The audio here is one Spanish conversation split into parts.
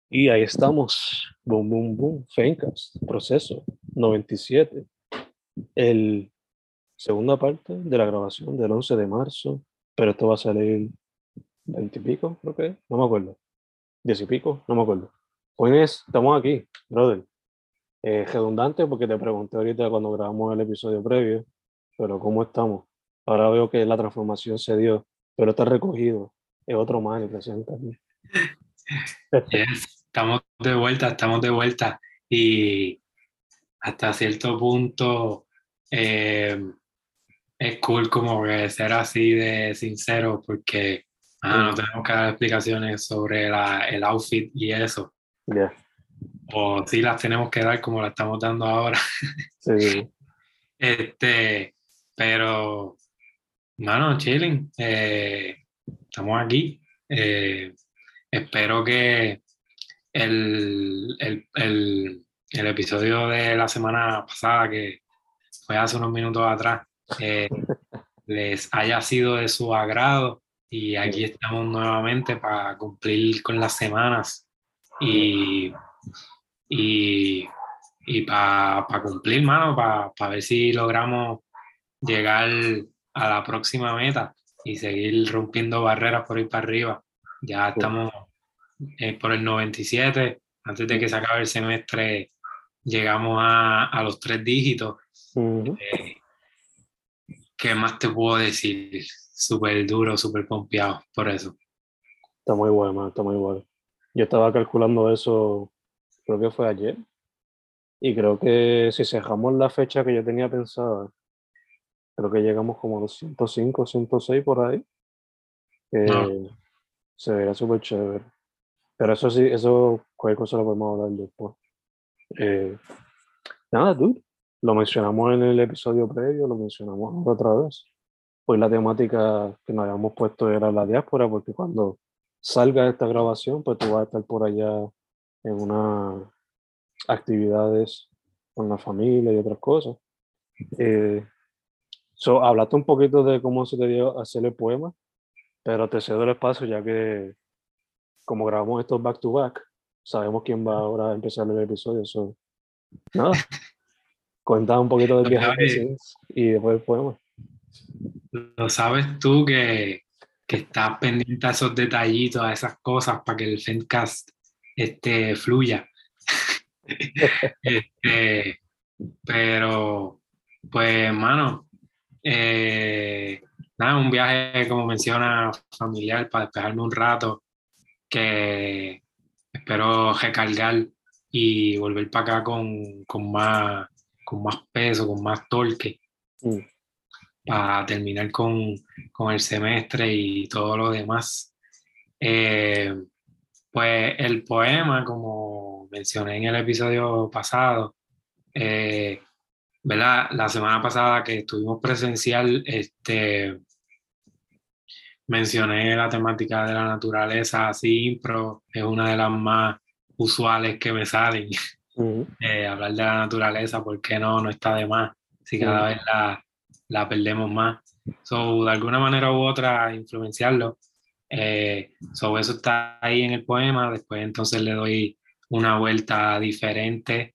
Y ahí estamos, boom, boom, boom, Fencast, proceso 97, el segunda parte de la grabación del 11 de marzo, pero esto va a salir 20 y pico, creo que, no me acuerdo, 10 y pico, no me acuerdo. Hoy estamos aquí, brother, redundante porque te pregunté ahorita cuando grabamos el episodio previo, pero ¿cómo estamos? Ahora veo que la transformación se dio, pero está recogido, es otro man y presenta aquí. Yes, estamos de vuelta y hasta cierto punto eh, es cool como que ser así de sincero porque no Mm, tenemos que dar explicaciones sobre el outfit y eso, ya, o sí las tenemos que dar como la estamos dando ahora. sí, sí, Este, pero, mano, chilling, estamos aquí. Espero que el episodio de la semana pasada, que fue hace unos minutos atrás, les haya sido de su agrado y aquí sí, estamos nuevamente para cumplir con las semanas ya. y, y, y para cumplir, mano, para ver si logramos llegar a la próxima meta y seguir rompiendo barreras por ir para arriba. Ya Sí. estamos por el 97. Antes de que se acabe el semestre llegamos a los tres dígitos. Ujú. Eh, ¿Qué más te puedo decir? Súper duro, súper pompeado por eso. Está muy bueno, man, está muy bueno. Yo estaba calculando eso, creo que fue ayer, y creo que si cerramos la fecha que yo tenía pensada, creo que llegamos como a los 105, 106 por ahí, No, que se vería súper chévere. Pero eso sí, eso cualquier cosa lo podemos hablar después. Eh, nada, dude, lo mencionamos en el episodio previo, lo mencionamos ahora otra vez. Pues la temática que nos habíamos puesto era la diáspora, porque cuando salga esta grabación, pues tú vas a estar por allá en unas actividades con la familia y otras cosas. Eh, hablaste un poquito de cómo se te dio hacer el poema, pero te cedo el espacio ya que como grabamos estos back to back, sabemos quién va ahora a empezar el episodio. Nada, cuenta un poquito del lo viaje que sabes, hiciste y después el poema. lo sabes tú que estás pendiente a esos detallitos, a esas cosas para que el Fencast fluya. Este, pero, pues, mano, eh, nada, un viaje, como menciona, familiar para despejarme un rato, que espero recargar y volver para acá con más peso, con más torque, Mm, para terminar con el semestre y todo lo demás. Eh, pues el poema, como mencioné en el episodio pasado, eh, ¿verdad? La semana pasada que estuvimos presencial, mencioné la temática de la naturaleza, así, impro, es una de las más usuales que me salen. mm, Hablar de la naturaleza, ¿por qué no? No está de más, si mm, cada vez la perdemos más. So, de alguna manera u otra, influenciarlo. Eso está ahí en el poema, después entonces le doy una vuelta diferente.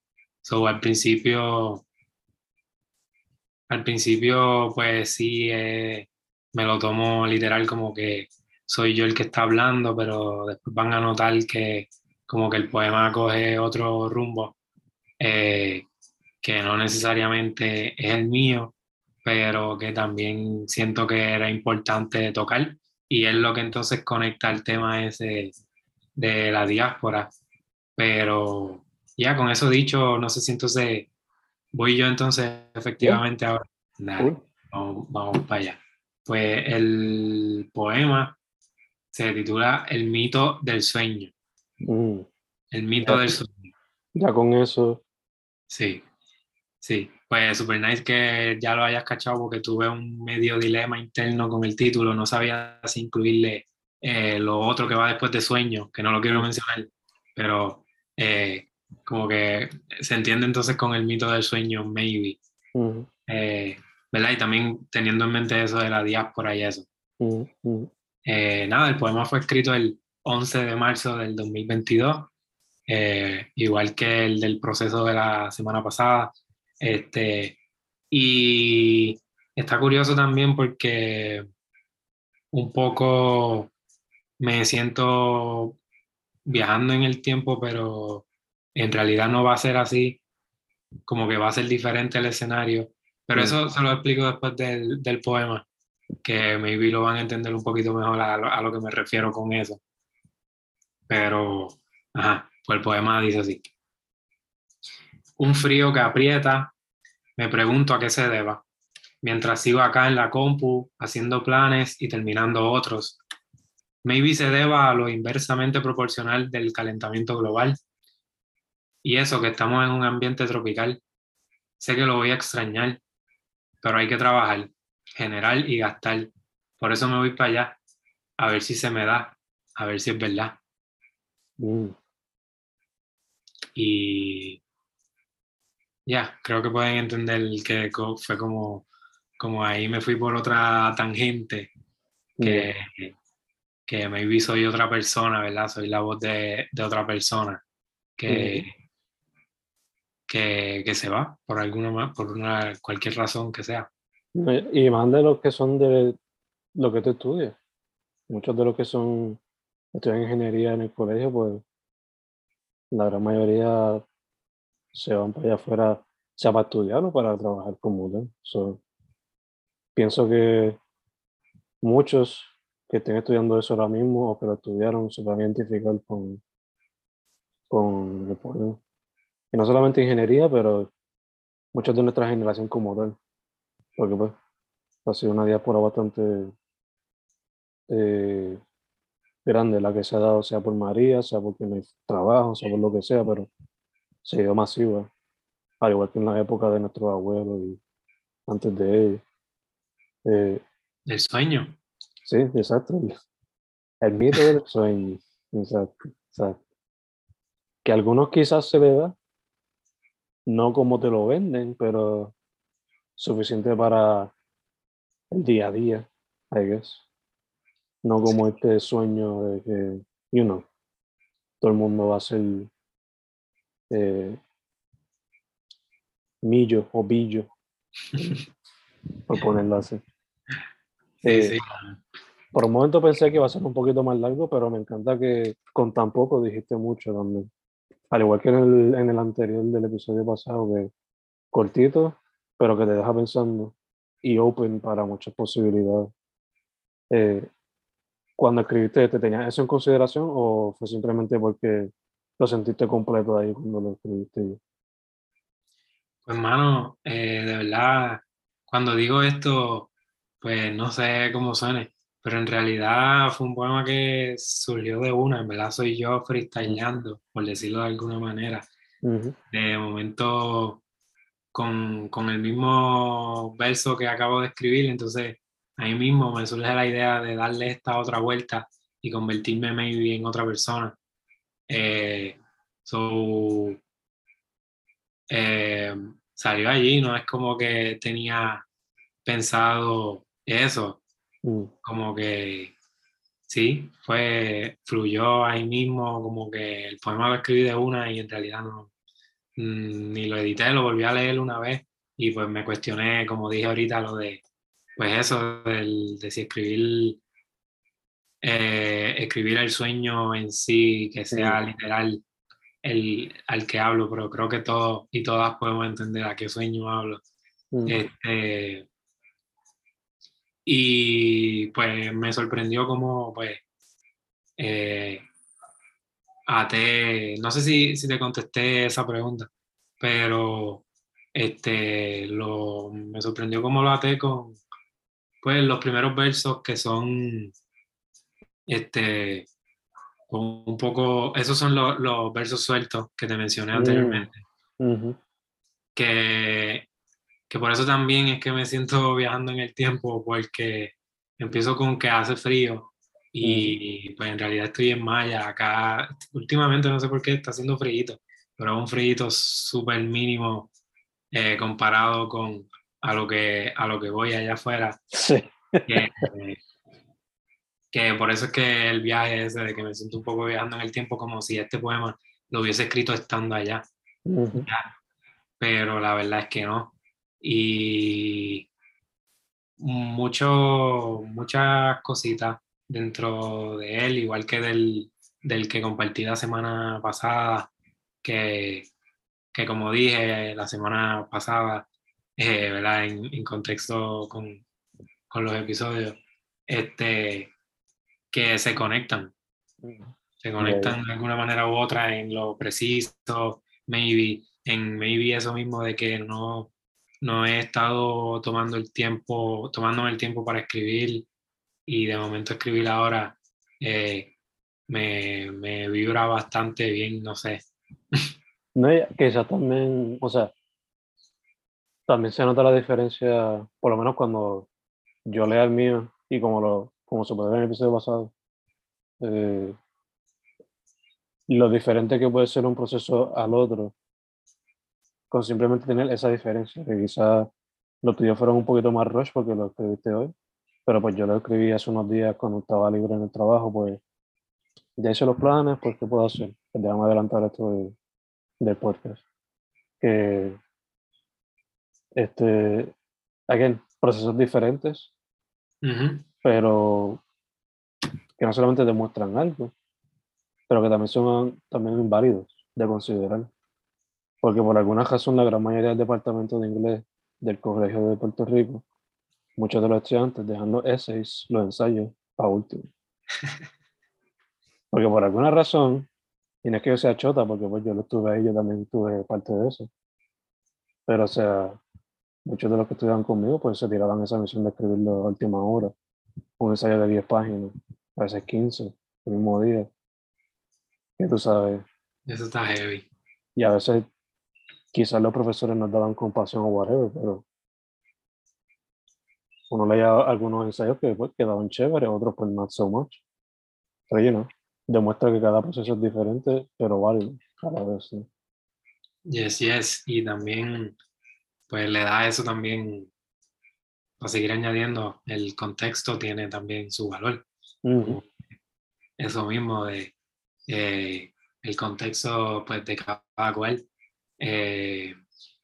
Al principio, pues sí, me lo tomo literal como que soy yo el que está hablando, pero después van a notar que como que el poema coge otro rumbo, eh, que no necesariamente es el mío, pero que también siento que era importante tocar y es lo que entonces conecta el tema ese de la diáspora. Pero ya con eso dicho, no sé si entonces voy yo entonces yeah, efectivamente ahora. Dale, cool. vamos para allá. Pues el poema se titula El mito del sueño. Mm, El mito ya, del sueño. ya con eso, Sí, sí. Pues super nice que ya lo hayas cachado porque tuve un medio dilema interno con el título. No sabía si incluirle lo otro que va después de sueño, que no lo quiero mm, mencionar, pero como que se entiende entonces con el mito del sueño, maybe. mm, Eh, ¿Verdad? Y también teniendo en mente eso de la diáspora y eso. mm, mm, Nada, el poema fue escrito el 11 de marzo del 2022. igual que el del proceso de la semana pasada. Este, y está curioso también porque un poco me siento viajando en el tiempo, pero en realidad no va a ser así, como que va a ser diferente el escenario. Pero Mm, eso se lo explico después del poema, que maybe lo van a entender un poquito mejor a lo que me refiero con eso. Pero, ajá, pues el poema dice así. Un frío que aprieta, me pregunto a qué se deba, mientras sigo acá en la compu, haciendo planes y terminando otros. Maybe se deba a lo inversamente proporcional del calentamiento global y eso que estamos en un ambiente tropical. Sé que lo voy a extrañar, pero hay que trabajar, generar y gastar. Por eso me voy para allá, a ver si se me da, a ver si es verdad. mm. Y ya, creo que pueden entender que fue como ahí me fui por otra tangente, Yeah. que, que maybe soy otra persona, ¿verdad? Soy la voz de otra persona que, Ujú. que se va por por cualquier razón que sea. Y más de los que son de lo que tú estudias. Muchos de los que son estudian ingeniería en el colegio, pues la gran mayoría se van para allá afuera, sea para estudiar o para trabajar como tal. So, pienso que muchos que estén estudiando eso ahora mismo o que lo estudiaron se van a identificar con el poema. Y no solamente ingeniería, pero muchos de nuestra generación como tal, porque pues ha sido una diáspora bastante eh, grande la que se ha dado, sea por María, sea porque no hay trabajo, sea por lo que sea, pero se dio masiva, al igual que en la época de nuestros abuelos y antes de ellos. Eh, El sueño. sí, exacto, el mito del sueño, exacto, exacto. Que a algunos quizás se le da, no como te lo venden, pero suficiente para el día a día, I guess. No como este sueño de que, todo el mundo va a ser eh, millo o billo, eh, por ponerlo así. Sí, Eh, sí. por un momento pensé que iba a ser un poquito más largo, pero me encanta que con tan poco dijiste mucho también. Al igual que en el anterior del episodio pasado, que cortito, pero que te deja pensando y open para muchas posibilidades. Eh, Cuando escribiste, ¿te tenías eso en consideración o fue simplemente porque lo sentiste completo ahí cuando lo escribiste? Pues, mano, de verdad, cuando digo esto, pues no sé cómo suene, pero en realidad fue un poema que surgió de una, en verdad soy yo freestyleando, por decirlo de alguna manera. Ujú, De momento, con el mismo verso que acabo de escribir, entonces ahí mismo me surge la idea de darle esta otra vuelta y convertirme maybe en otra persona. Eh, so, eh, Salió allí, no es como que tenía pensado eso, mm, como que sí, fluyó ahí mismo, como que el poema lo escribí de una y en realidad no, ni lo edité, lo volví a leer una vez y pues me cuestioné, como dije ahorita, lo de, pues eso, de si escribir el sueño en sí, que mm, sea literal al que hablo, pero creo que todos y todas podemos entender a qué sueño hablo. mm, Este, y pues me sorprendió como pues eh, no sé si te contesté esa pregunta, pero me sorprendió cómo lo até con pues los primeros versos que son este, con un poco, esos son los versos sueltos que te mencioné mm, anteriormente, ujú, que que por eso también es que me siento viajando en el tiempo, porque empiezo con que hace frío ujú, y pues en realidad estoy en Maya. Acá últimamente no sé por qué está haciendo frío, pero es un frío súper mínimo comparado con a lo que voy allá afuera. sí, Que, que por eso es que el viaje ese de que me siento un poco viajando en el tiempo, como si este poema lo hubiese escrito estando allá, Ujú. ya, pero la verdad es que no. Y muchas cositas dentro de él, igual que del que compartí la semana pasada, que, que como dije la semana pasada, ¿verdad? En contexto con los episodios, este, que se Ya, ya. conectan de alguna manera u otra en lo preciso, maybe eso mismo de que no he estado tomándome el tiempo para escribir y de momento escribir ahora me vibra bastante bien, no sé. No, quizás también, o sea, también se nota la diferencia, por lo menos cuando yo lea el mío y como se puede ver en el episodio pasado, eh, lo diferente que puede ser un proceso al otro, con simplemente tener esa diferencia, que quizás los tuyos fueron un poquito más rush porque lo escribiste hoy, pero pues yo lo escribí hace unos días cuando estaba libre en el trabajo, pues ya hice los planes, pues ¿qué puedo hacer? Pues déjame adelantar esto del podcast. Que, again, procesos diferentes, Ujú. pero que no solamente demuestran algo, pero que también son también válidos de considerar. Porque por alguna razón la gran mayoría del departamento de inglés del Colegio de Puerto Rico, muchos de los estudiantes dejan los essays, los ensayos, a último. Porque por alguna razón, y no es que yo sea chota, porque pues yo lo estuve ahí, yo también tuve parte de eso, pero o sea, muchos de los que estudiaban conmigo pues se tiraban esa misión de escribirlo a última hora, un ensayo de 10 páginas, a veces 15 el mismo día, que tú sabes, Eso está heavy. y a veces quizás los profesores nos daban compasión o whatever, pero uno leía algunos ensayos que pues, quedaban chéveres, otros pues not so much. Pero demuestra que cada proceso es diferente, pero válido a la vez. ¿Sí? Yes, yes. Y también, pues le da eso también, para seguir añadiendo, el contexto tiene también su valor. Ujú, Como eso mismo de el contexto pues, de cada cual. Eh,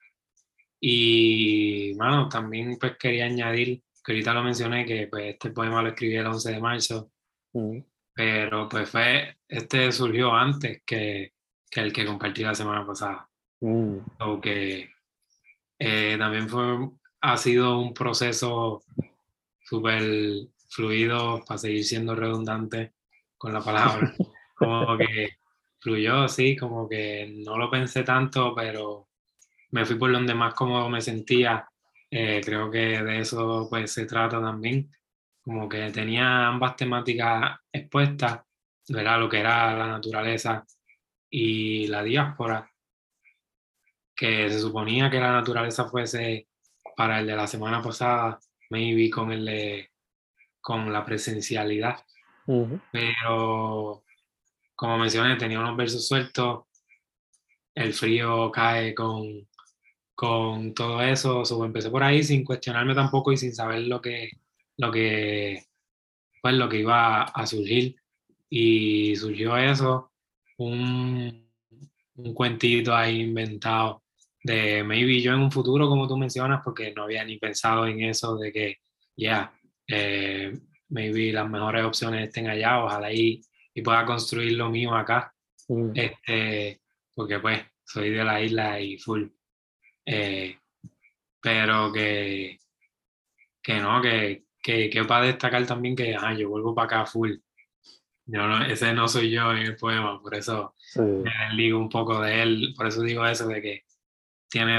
y, bueno, también pues quería añadir, que ahorita lo mencioné, que pues este poema lo escribí el 11 de marzo, ujú, pero pues este surgió antes que el que compartí la semana pasada. ujú. O que también ha sido un proceso súper fluido, para seguir siendo redundante con la palabra. Como que fluyó, sí, como que no lo pensé tanto, pero me fui por donde más cómodo me sentía. Creo que de eso pues se trata también. Como que tenía ambas temáticas expuestas, ¿verdad? Lo que era la naturaleza y la diáspora, que se suponía que la naturaleza fuese para el de la semana pasada, maybe con la presencialidad, Ujú. pero como mencioné, tenía unos versos sueltos, el frío cae con todo eso, empecé por ahí sin cuestionarme tampoco y sin saber lo que, pues, lo que iba a surgir. Y surgió eso, un cuentito ahí inventado de maybe yo en un futuro, como tú mencionas, porque no había ni pensado en eso de que, ya, eh, maybe las mejores opciones estén allá, ojalá y pueda construir lo mío acá, Ujú. este, porque pues soy de la isla y full. Eh, pero que no, que para destacar también que yo vuelvo para acá full. Ese no soy yo en el poema, por eso Sí. me desligo un poco de él, por eso digo eso de que tiene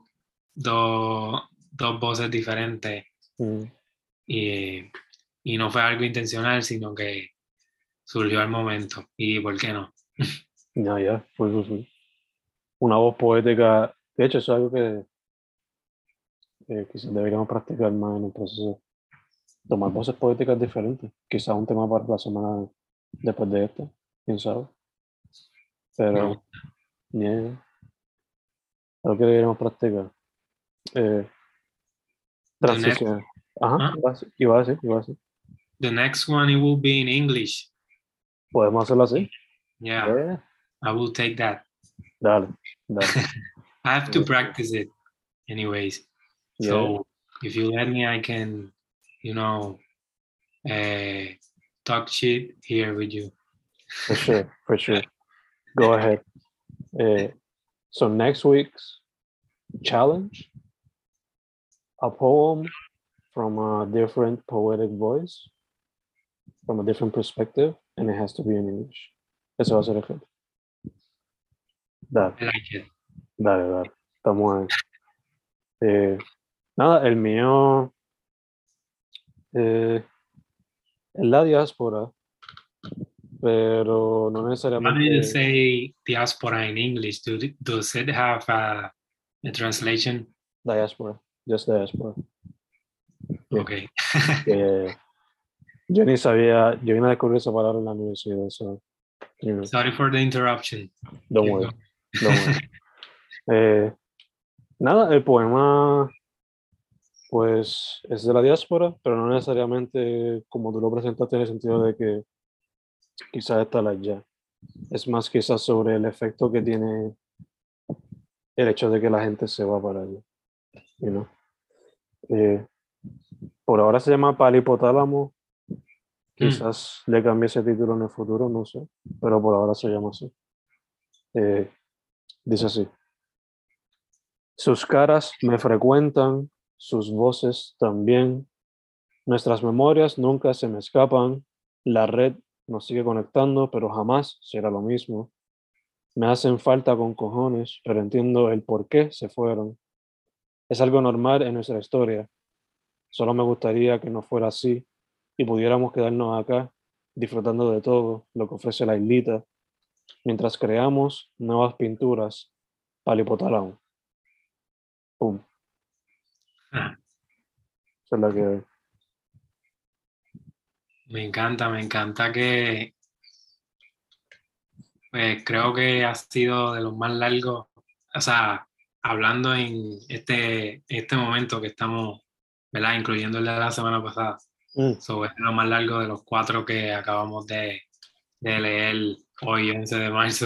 dos voces diferentes Ujú. y, y no fue algo intencional, sino que surgió al momento. ¿Y por qué no? Ya, ya, pues. Una voz poética, de hecho, eso es algo que quizás deberíamos practicar más en el proceso. Tomar voces poéticas diferentes, quizás un tema para la semana después de esta, quién sabe. Me Pero, gusta. yeah, algo que deberíamos practicar. Eh, The next, Transiciones. Ajá, huh? iba a decir. The next one it will be in English. Podemos hacerlo así. Yeah. Yeah. I will take that. Dale, dale. I have to practice it anyways. Yeah, So if you let me, I can, talk shit here with you. for sure, for sure. Go ahead. So next week's challenge, a poem from a different poetic voice, from a different perspective, and it has to be in English. Eso va a ser el reto. Dale, I like it. dale. Estamos ahí. Nada, el mío es la diáspora, pero no How do you necesariamente say diaspora in English? Does it have a translation? diáspora, just diáspora. Yeah. Okay. Yo ni sabía, yo vine a descubrir esa palabra en la universidad, so, Sorry for the interruption. don't Keep worry, going. don't worry. Nada, el poema pues es de la diáspora, pero no necesariamente como tú lo presentaste en el sentido de que quizás está allá. Es más quizás sobre el efecto que tiene el hecho de que la gente se va para allá. You know? Por ahora se llama Palipotálamo. Quizás le cambie ese título en el futuro, no sé, pero por ahora se llama así. Dice así. Sus caras me frecuentan, sus voces también. Nuestras memorias nunca se me escapan. La red nos sigue conectando, pero jamás será lo mismo. Me hacen falta con cojones, pero entiendo el por qué se fueron. Es algo normal en nuestra historia. Solo me gustaría que no fuera así y pudiéramos quedarnos acá, disfrutando de todo lo que ofrece la islita, mientras creamos nuevas pinturas. Palipotálamo. Pum. Ah, Esa es la que... me encanta que pues creo que ha sido de los más largos, o sea, hablando en este momento que estamos, ¿verdad? Incluyendo el de la semana pasada. So, es lo más largo de los 4 que acabamos de leer hoy, 11 de marzo.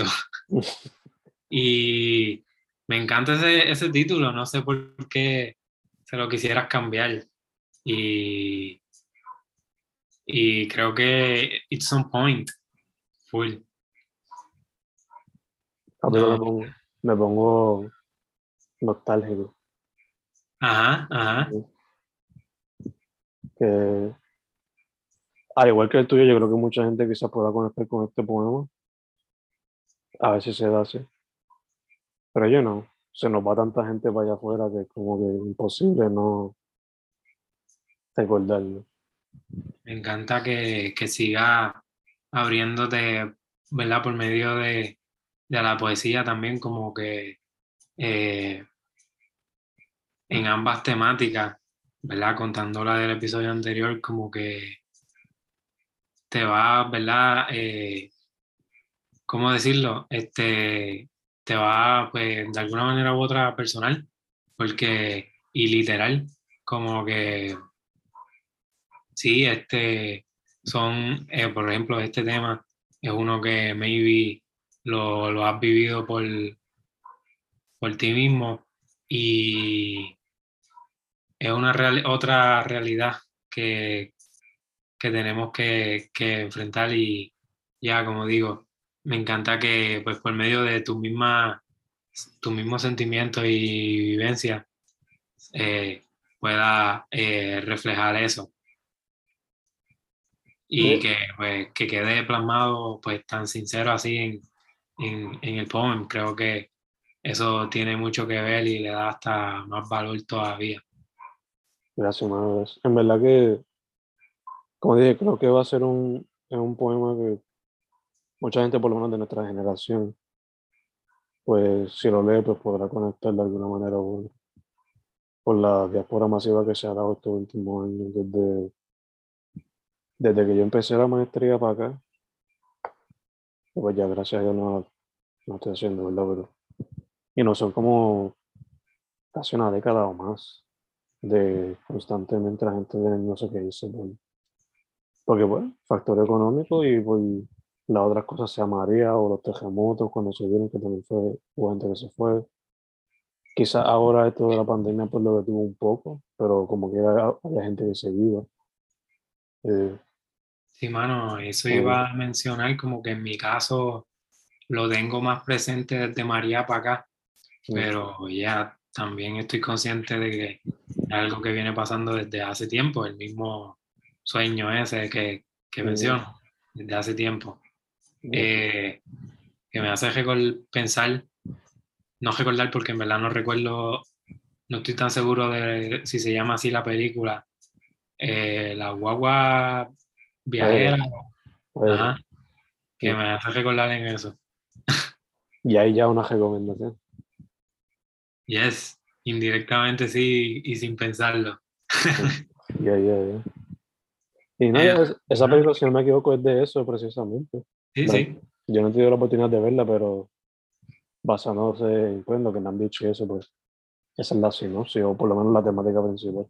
Y me encanta ese título, no sé por qué se lo quisieras cambiar. Y, y creo que it's on point, full. Rápido No, me pongo nostálgico. ajá. Que, al igual que el tuyo, yo creo que mucha gente quizás pueda conectar con este poema. A ver si se da así. Pero yo no. Se nos va tanta gente para allá afuera que es como que imposible no recordarlo. Me encanta que siga abriéndote, ¿verdad? Por medio de la poesía también, como que eh, en ambas temáticas, ¿verdad? Contando la del episodio anterior, como que te va, ¿verdad? ¿Cómo decirlo? Te va, pues, de alguna manera u otra personal, porque, y literal, como que sí, por ejemplo, este tema es uno que maybe lo has vivido por ti mismo y es otra realidad que, que tenemos que enfrentar y ya, como digo, me encanta que pues por medio de tus mismos sentimientos y vivencias pueda reflejar eso y Sí, que, pues, que quede plasmado pues tan sincero así en el poem. Creo que eso tiene mucho que ver y le da hasta más valor todavía. gracias, mano. En verdad que, como dije, creo que va a ser es un poema que mucha gente, por lo menos de nuestra generación, pues si lo lee, pues podrá conectar de alguna manera por la diáspora masiva que se ha dado estos últimos años, desde que yo empecé la maestría para acá, que pues ya gracias a Dios no estoy haciendo, ¿verdad? Pero, y no son como casi una década o más de constantemente la gente de no sé qué dice, porque pues, factor económico y pues, las otras cosas sea María o los terremotos cuando se vieron que también hubo gente que se fue. Quizás ahora esto de la pandemia pues lo detuvo un poco, pero como que había gente que se iba. Eh, Sí, mano, eso so, iba a mencionar como que en mi caso lo tengo más presente desde María para acá, mm, pero ya también estoy consciente de que es algo que viene pasando desde hace tiempo, el mismo sueño ese que mm, menciono, desde hace tiempo. mm, Eh, que me hace pensar, no recordar porque en verdad no recuerdo, no estoy tan seguro de si se llama así la película, La guagua aérea, viajera, aérea, ajá, que mm. me hace recordar en eso. Y ahí ya una recomendación. Yes, indirectamente sí y sin pensarlo. Mm. Ya. Y no, Eh, esa ajá, película, si no me equivoco, es de eso precisamente. sí, La- sí, yo no he tenido la oportunidad de verla, pero basándose en pues, lo que me han dicho y eso, pues esa es la sinopsis, o por lo menos la temática principal.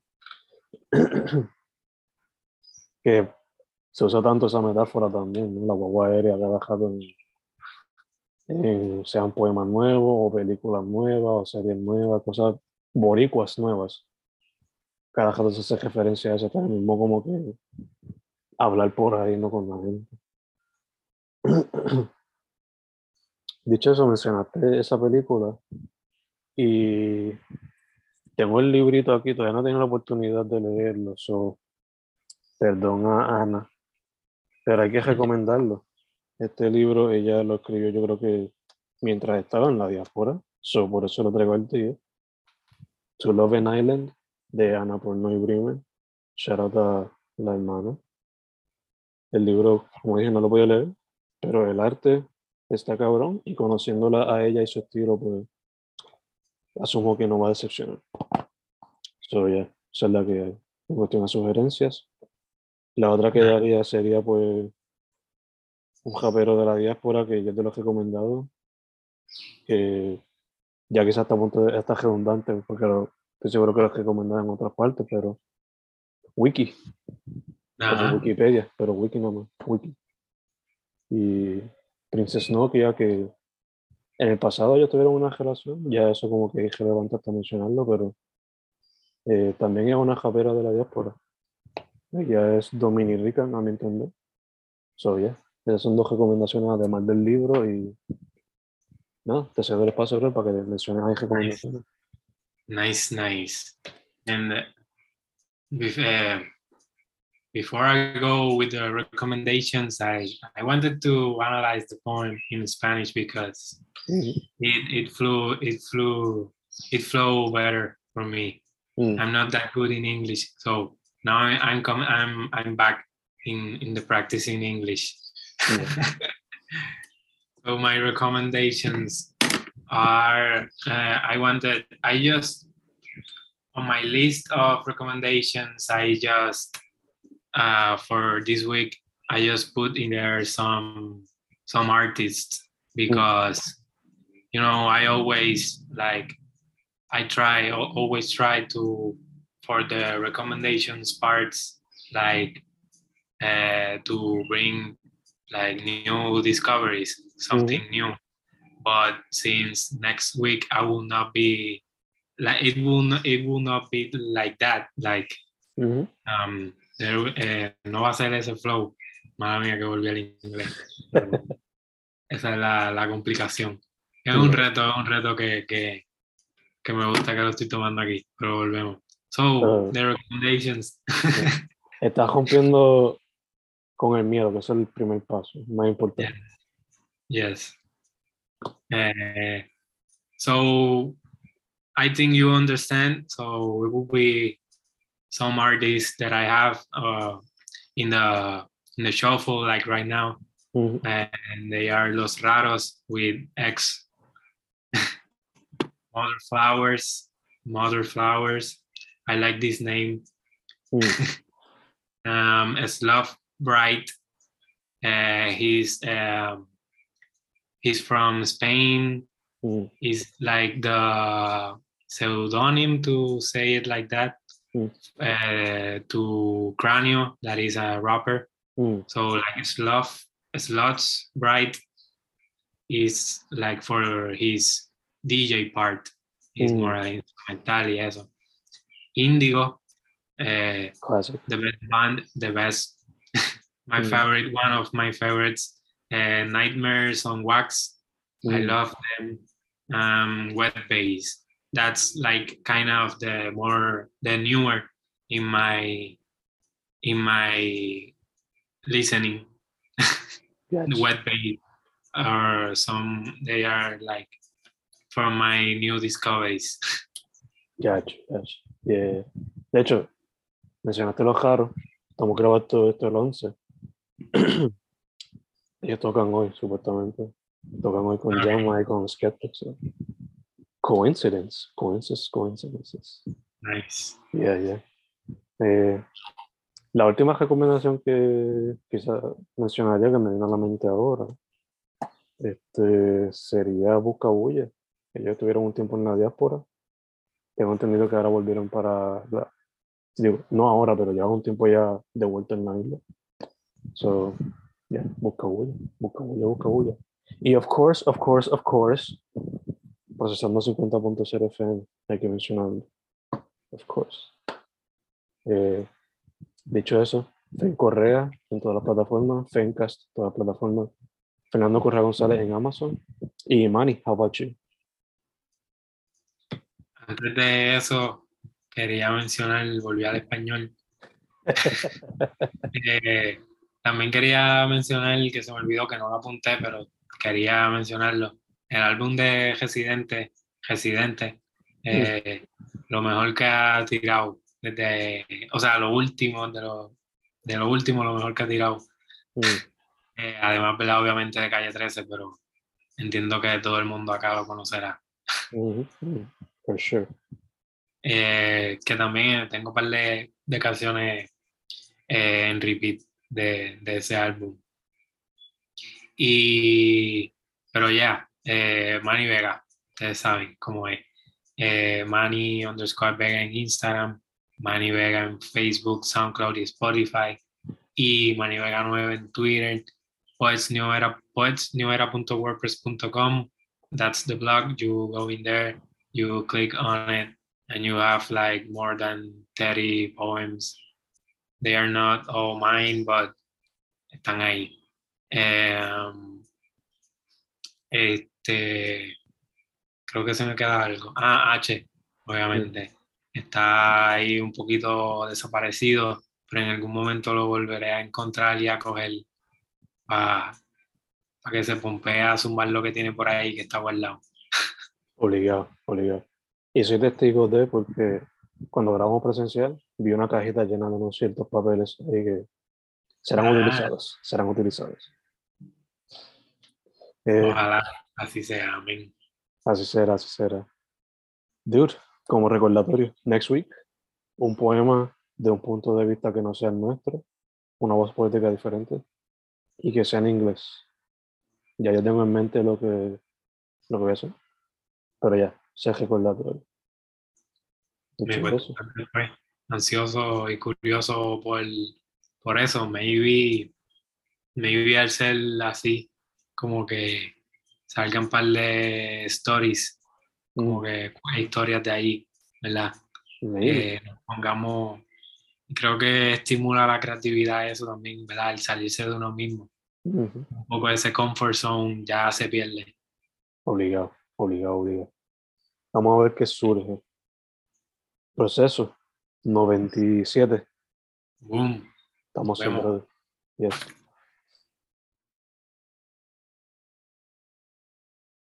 Que se usa tanto esa metáfora también, ¿no? La guagua aérea cada rato sean poemas nuevos, o películas nuevas, o series nuevas, cosas boricuas nuevas. Cada rato se hace referencia a eso, está mismo como que hablar por ahí, no con la gente. Dicho eso, mencionaste esa película y tengo el librito aquí, todavía no he tenido la oportunidad de leerlo, so, perdón a Ana, pero hay que recomendarlo. Este libro ella lo escribió yo creo que mientras estaba en la diáspora, so, por eso lo traigo al tío. To Love an Island de Ana Pornoy Bremer. Shout out a la hermana. El libro, como dije, no lo voy a leer, pero el arte está cabrón y conociéndola a ella y su estilo, pues asumo que no va a decepcionar. So, ya, esa es la que hay. En cuestión de sugerencias. La otra que nice, daría sería pues un japero de la diáspora que yo te lo he recomendado, que ya quizás está a punto de estar redundante, porque estoy seguro que lo he recomendado en otras partes, pero Wiki, como ajá, Wikipedia, pero Wiki no más, Wiki. Y Princess Nokia, que en el pasado ellos tuvieron una relación, ya eso como que es relevante hasta mencionarlo, pero también es una japera de la diáspora. Ella es dominica, a mi entender. So, yeah. Esas son dos recomendaciones además del libro y nada, te cedo el espacio Gabriel, para que menciones ahí nice, recomendaciones. nice. And bef- uh, before I go with the recommendations, I wanted to analyze the poem in Spanish because Mm, it flow better for me. mm, I'm not that good in English, so now I'm back in the practicing English. yeah. So my recommendations are I just on my list of recommendations I just for this week I just put in there some artists Mm, because I always always try to for the recommendations parts like to bring like new discoveries, mm, something new. But since next week I will not be like it will not be like that. Like mm. no va a ser ese flow. Mala mía que volví al inglés. Pero esa es la complicación. Yeah. Es un reto que me gusta que lo estoy tomando aquí, pero volvemos. So, Uh, the recommendations. yeah. Estás rompiendo con el miedo, que es el primer paso, más Yeah, importante. yes. Uh, so, I think you understand. So, it will be some artists that I have in the shuffle, like right now, Mm, and they are Los Raros with X Mother Flowers. Mother Flowers. I like this name. mm, Slav Bright. Uh, he's um, he's from Spain. mm, He's like the pseudonym to say it like that mm, to Cranio, that is a rapper. mm, So like Slav. Slots Bright is like for his DJ part. He's more instrumental y eso. Indigo, Classic. the best band, the best. Favorite, one of my favorites, Nightmares on Wax. I love them. Wet Bass. That's like kind of the newer in my listening. The Wet Bass are they are like from my new discoveries. Gotcha. Yeah. De hecho, mencionaste los Jaros. Estamos grabando todo esto el 11. Ellos tocan hoy, supuestamente. Tocan hoy con Jamma y con Skeptics. So. Coincidences. Nice. Yeah. La última recomendación que quizá mencionaría, que me viene a la mente ahora, sería Buscabulla. Ellos estuvieron un tiempo en la diáspora. Tengo entendido que ahora volvieron digo, no ahora, pero llevan un tiempo ya de vuelta en la isla. So, yeah, Buscabulla. Y of course, procesando 50.0 FM, hay que mencionarlo. Of course. Dicho eso, Fen Correa en todas las plataformas, Fencast en todas las plataformas, Fernando Correa González en Amazon y Manny, how about you? Antes de eso, quería mencionar, volví al español. También quería mencionar, que se me olvidó que no lo apunté, pero quería mencionarlo. El álbum de Residente, lo mejor que ha tirado o sea, lo último, de lo último, lo mejor que ha tirado. Además, ¿verdad? Obviamente de Calle 13, pero entiendo que todo el mundo acá lo conocerá. For sure. Que también tengo un par de canciones en repeat de ese álbum. Pero ya, Manny Vega, ustedes saben cómo es. Manny_Vega en Instagram, Manny Vega en Facebook, SoundCloud y Spotify, y Manny Vega 9 en Twitter. poetsnewera.wordpress.com. That's the blog. You go in there, you click on it, and you have like more than 30 poems. They are not all mine, but están ahí. Creo que se me queda algo. H, obviamente. Está ahí un poquito desaparecido, pero en algún momento lo volveré a encontrar y a coger para que se pompee a zumbar lo que tiene por ahí que está guardado. Obligado. Y soy testigo porque cuando grabamos presencial, vi una cajita llena de unos ciertos papeles ahí que serán utilizados. Ojalá así sea, amén. Así será. Dude, como recordatorio, next week, un poema de un punto de vista que no sea el nuestro, una voz poética diferente y que sea en inglés. Ya yo tengo en mente lo que voy a hacer, pero ya, sea recordatorio. Pues, ansioso y curioso por eso, maybe al ser así, como que salgan un par de stories, como que historias de ahí, ¿verdad? Nos pongamos, creo que estimula la creatividad eso también, ¿verdad? El salirse de uno mismo. Un poco ese comfort zone ya se pierde. Obligado. Vamos a ver qué surge. Proceso 97. Boom. Estamos en brother. Yes.